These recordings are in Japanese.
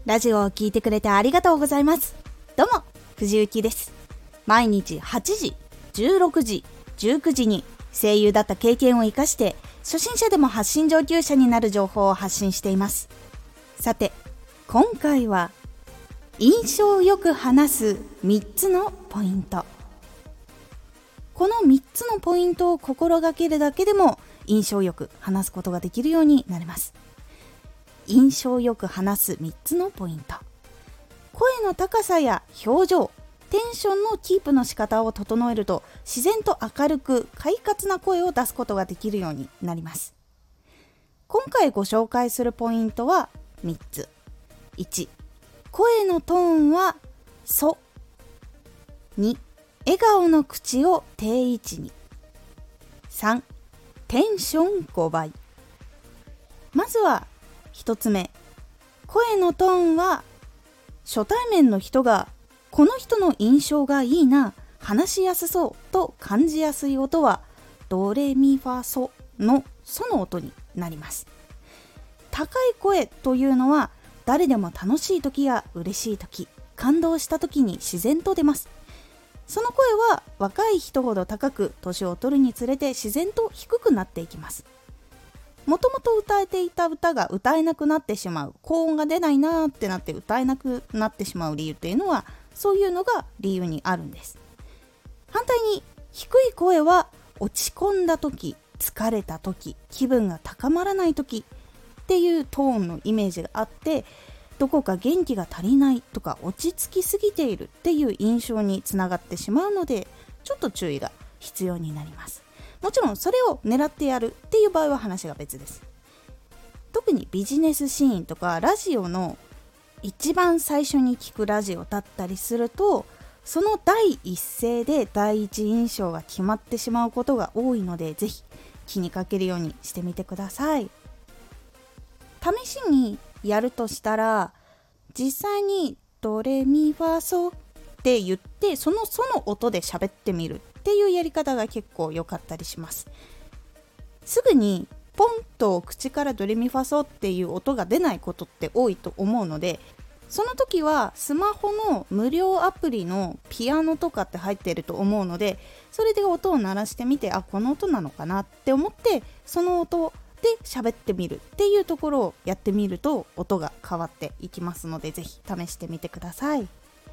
ラジオを聞いてくれてありがとうございます。どうも、藤幸です。毎日8時、16時、19時に声優だった経験を生かして初心者でも発信上級者になる情報を発信しています。さて、今回は印象よく話す3つのポイント。この3つのポイントを心がけるだけでも印象よく話すことができるようになります。印象よく話す3つのポイント。声の高さや表情、テンションのキープの仕方を整えると自然と明るく快活な声を出すことができるようになります。今回ご紹介するポイントは3つ。1、声のトーンはソ。2、笑顔の口を定位置に。3、テンション5倍。まずは1つ目、声のトーンは初対面の人がこの人の印象がいいな、話しやすそうと感じやすい音はドレミファソのソの音になります。高い声というのは誰でも楽しい時や嬉しい時、感動した時に自然と出ます。その声は若い人ほど高く、年を取るにつれて自然と低くなっていきます。もともと歌えていた歌が歌えなくなってしまう、高音が出ないなってなって歌えなくなってしまう理由っていうのは、そういうのが理由にあるんです。反対に低い声は落ち込んだ時、疲れた時、気分が高まらない時っていうトーンのイメージがあって、どこか元気が足りないとか落ち着きすぎているっていう印象につながってしまうので、ちょっと注意が必要になります。もちろんそれを狙ってやるっていう場合は話が別です。特にビジネスシーンとかラジオの一番最初に聞くラジオだったりすると、その第一声で第一印象が決まってしまうことが多いので、ぜひ気にかけるようにしてみてください。試しにやるとしたら、実際にドレミファソって言って、そのソの音で喋ってみるっていうやり方が結構良かったりします。すぐにポンと口からドレミファソっていう音が出ないことって多いと思うので、その時はスマホの無料アプリのピアノとかって入っていると思うので、それで音を鳴らしてみて、あ、この音なのかなって思って、その音で喋ってみるっていうところをやってみると音が変わっていきますので、ぜひ試してみてください。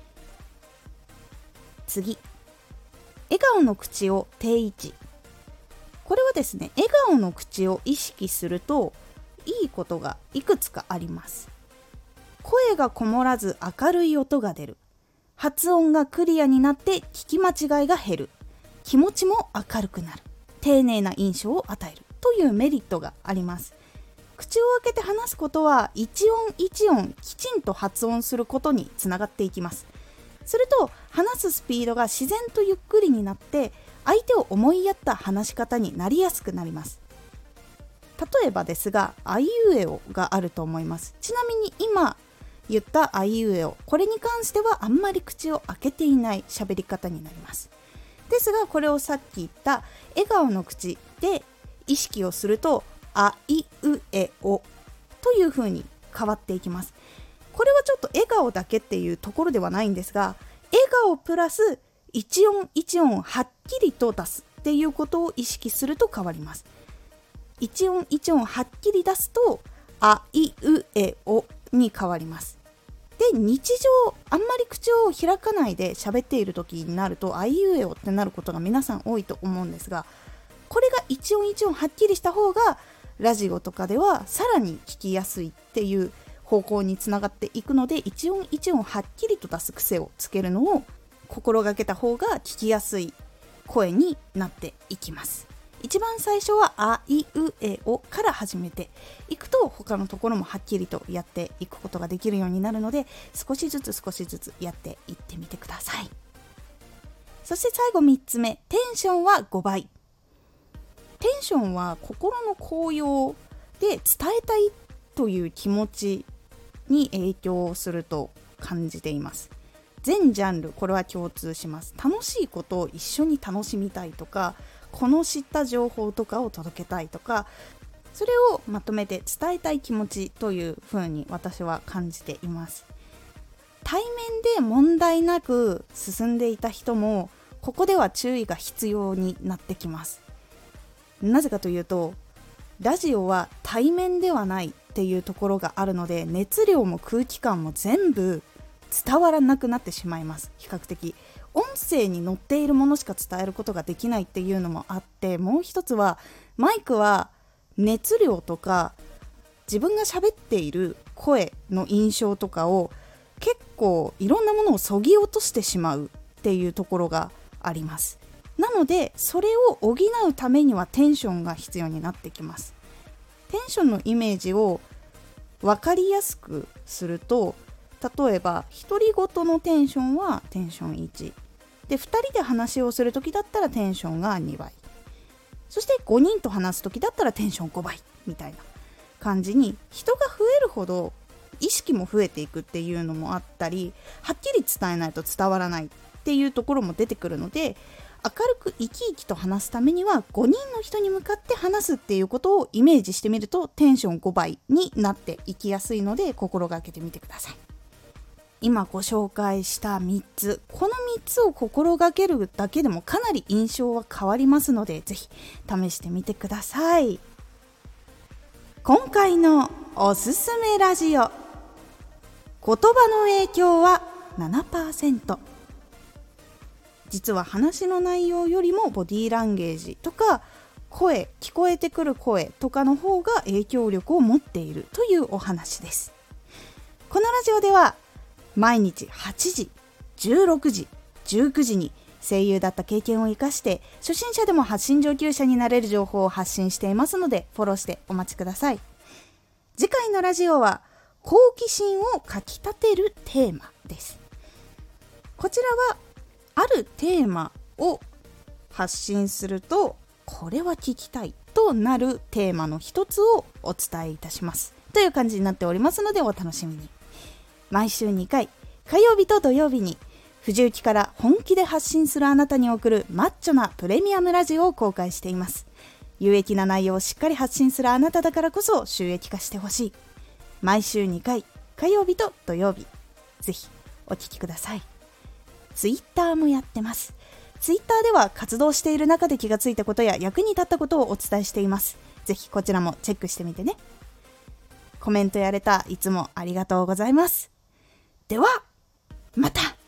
次、笑顔の口を定位置。これはですね、笑顔の口を意識するといいことがいくつかあります。声がこもらず明るい音が出る。発音がクリアになって聞き間違いが減る。気持ちも明るくなる。丁寧な印象を与えるというメリットがあります。口を開けて話すことは一音一音きちんと発音することにつながっていきます。すると話すスピードが自然とゆっくりになって、相手を思いやった話し方になりやすくなります。例えばですが、あいうえおがあると思います。ちなみに今言ったあいうえお、これに関してはあんまり口を開けていない喋り方になります。ですが、これをさっき言った笑顔の口で意識をすると、あいうえおという風に変わっていきます。これはちょっと笑顔だけっていうところではないんですが、笑顔プラス一音一音はっきりと出すっていうことを意識すると変わります。一音一音はっきり出すとあいうえおに変わります。で、日常あんまり口を開かないで喋っている時になるとあいうえおってなることが皆さん多いと思うんですが、これが一音一音はっきりした方がラジオとかではさらに聞きやすいっていう方向につながっていくので、一音一音はっきりと出す癖をつけるのを心がけた方が聞きやすい声になっていきます。一番最初はあいうえおから始めていくと、他のところもはっきりとやっていくことができるようになるので、少しずつやっていってみてください。そして最後3つ目、テンションは5倍。テンションは心の高揚で伝えたいという気持ちに影響すると感じています。全ジャンルこれは共通します。楽しいことを一緒に楽しみたいとか、この知った情報とかを届けたいとか、 それをまとめて伝えたい気持ちというふうに私は感じています。対面で問題なく進んでいた人もここでは注意が必要になってきます。なぜかというと、ラジオは対面ではないっていうところがあるので、熱量も空気感も全部伝わらなくなってしまいます。比較的音声に載っているものしか伝えることができないっていうのもあって、もう一つはマイクは熱量とか自分が喋っている声の印象とかを結構いろんなものをそぎ落としてしまうっていうところがあります。なのでそれを補うためにはテンションが必要になってきます。テンションのイメージを分かりやすくすると、例えば独り言のテンションはテンション1で、2人で話をするときだったらテンションが2倍、そして5人と話すときだったらテンション5倍みたいな感じに、人が増えるほど意識も増えていくっていうのもあったり、はっきり伝えないと伝わらないっていうところも出てくるので、明るく生き生きと話すためには5人の人に向かって話すっていうことをイメージしてみるとテンション5倍になっていきやすいので、心がけてみてください。今ご紹介した3つ、この3つを心がけるだけでもかなり印象は変わりますので、ぜひ試してみてください。今回のおすすめラジオ、言葉の影響は 7%。 実は話の内容よりもボディーランゲージとか声、聞こえてくる声とかの方が影響力を持っているというお話です。このラジオでは毎日8時、16時、19時に声優だった経験を生かして初心者でも発信上級者になれる情報を発信していますので、フォローしてお待ちください。次回のラジオは好奇心をかきたてるテーマです。こちらはあるテーマを発信するとこれは聞きたいとなるテーマの一つをお伝えいたしますという感じになっておりますので、お楽しみに。毎週2回、火曜日と土曜日に藤雪から本気で発信するあなたに送るマッチョなプレミアムラジオを公開しています。有益な内容をしっかり発信するあなただからこそ収益化してほしい。毎週2回、火曜日と土曜日、ぜひお聞きください。ツイッターもやってます。ツイッターでは活動している中で気がついたことや役に立ったことをお伝えしています。ぜひこちらもチェックしてみてね。コメントやレターいつもありがとうございます。ではまた。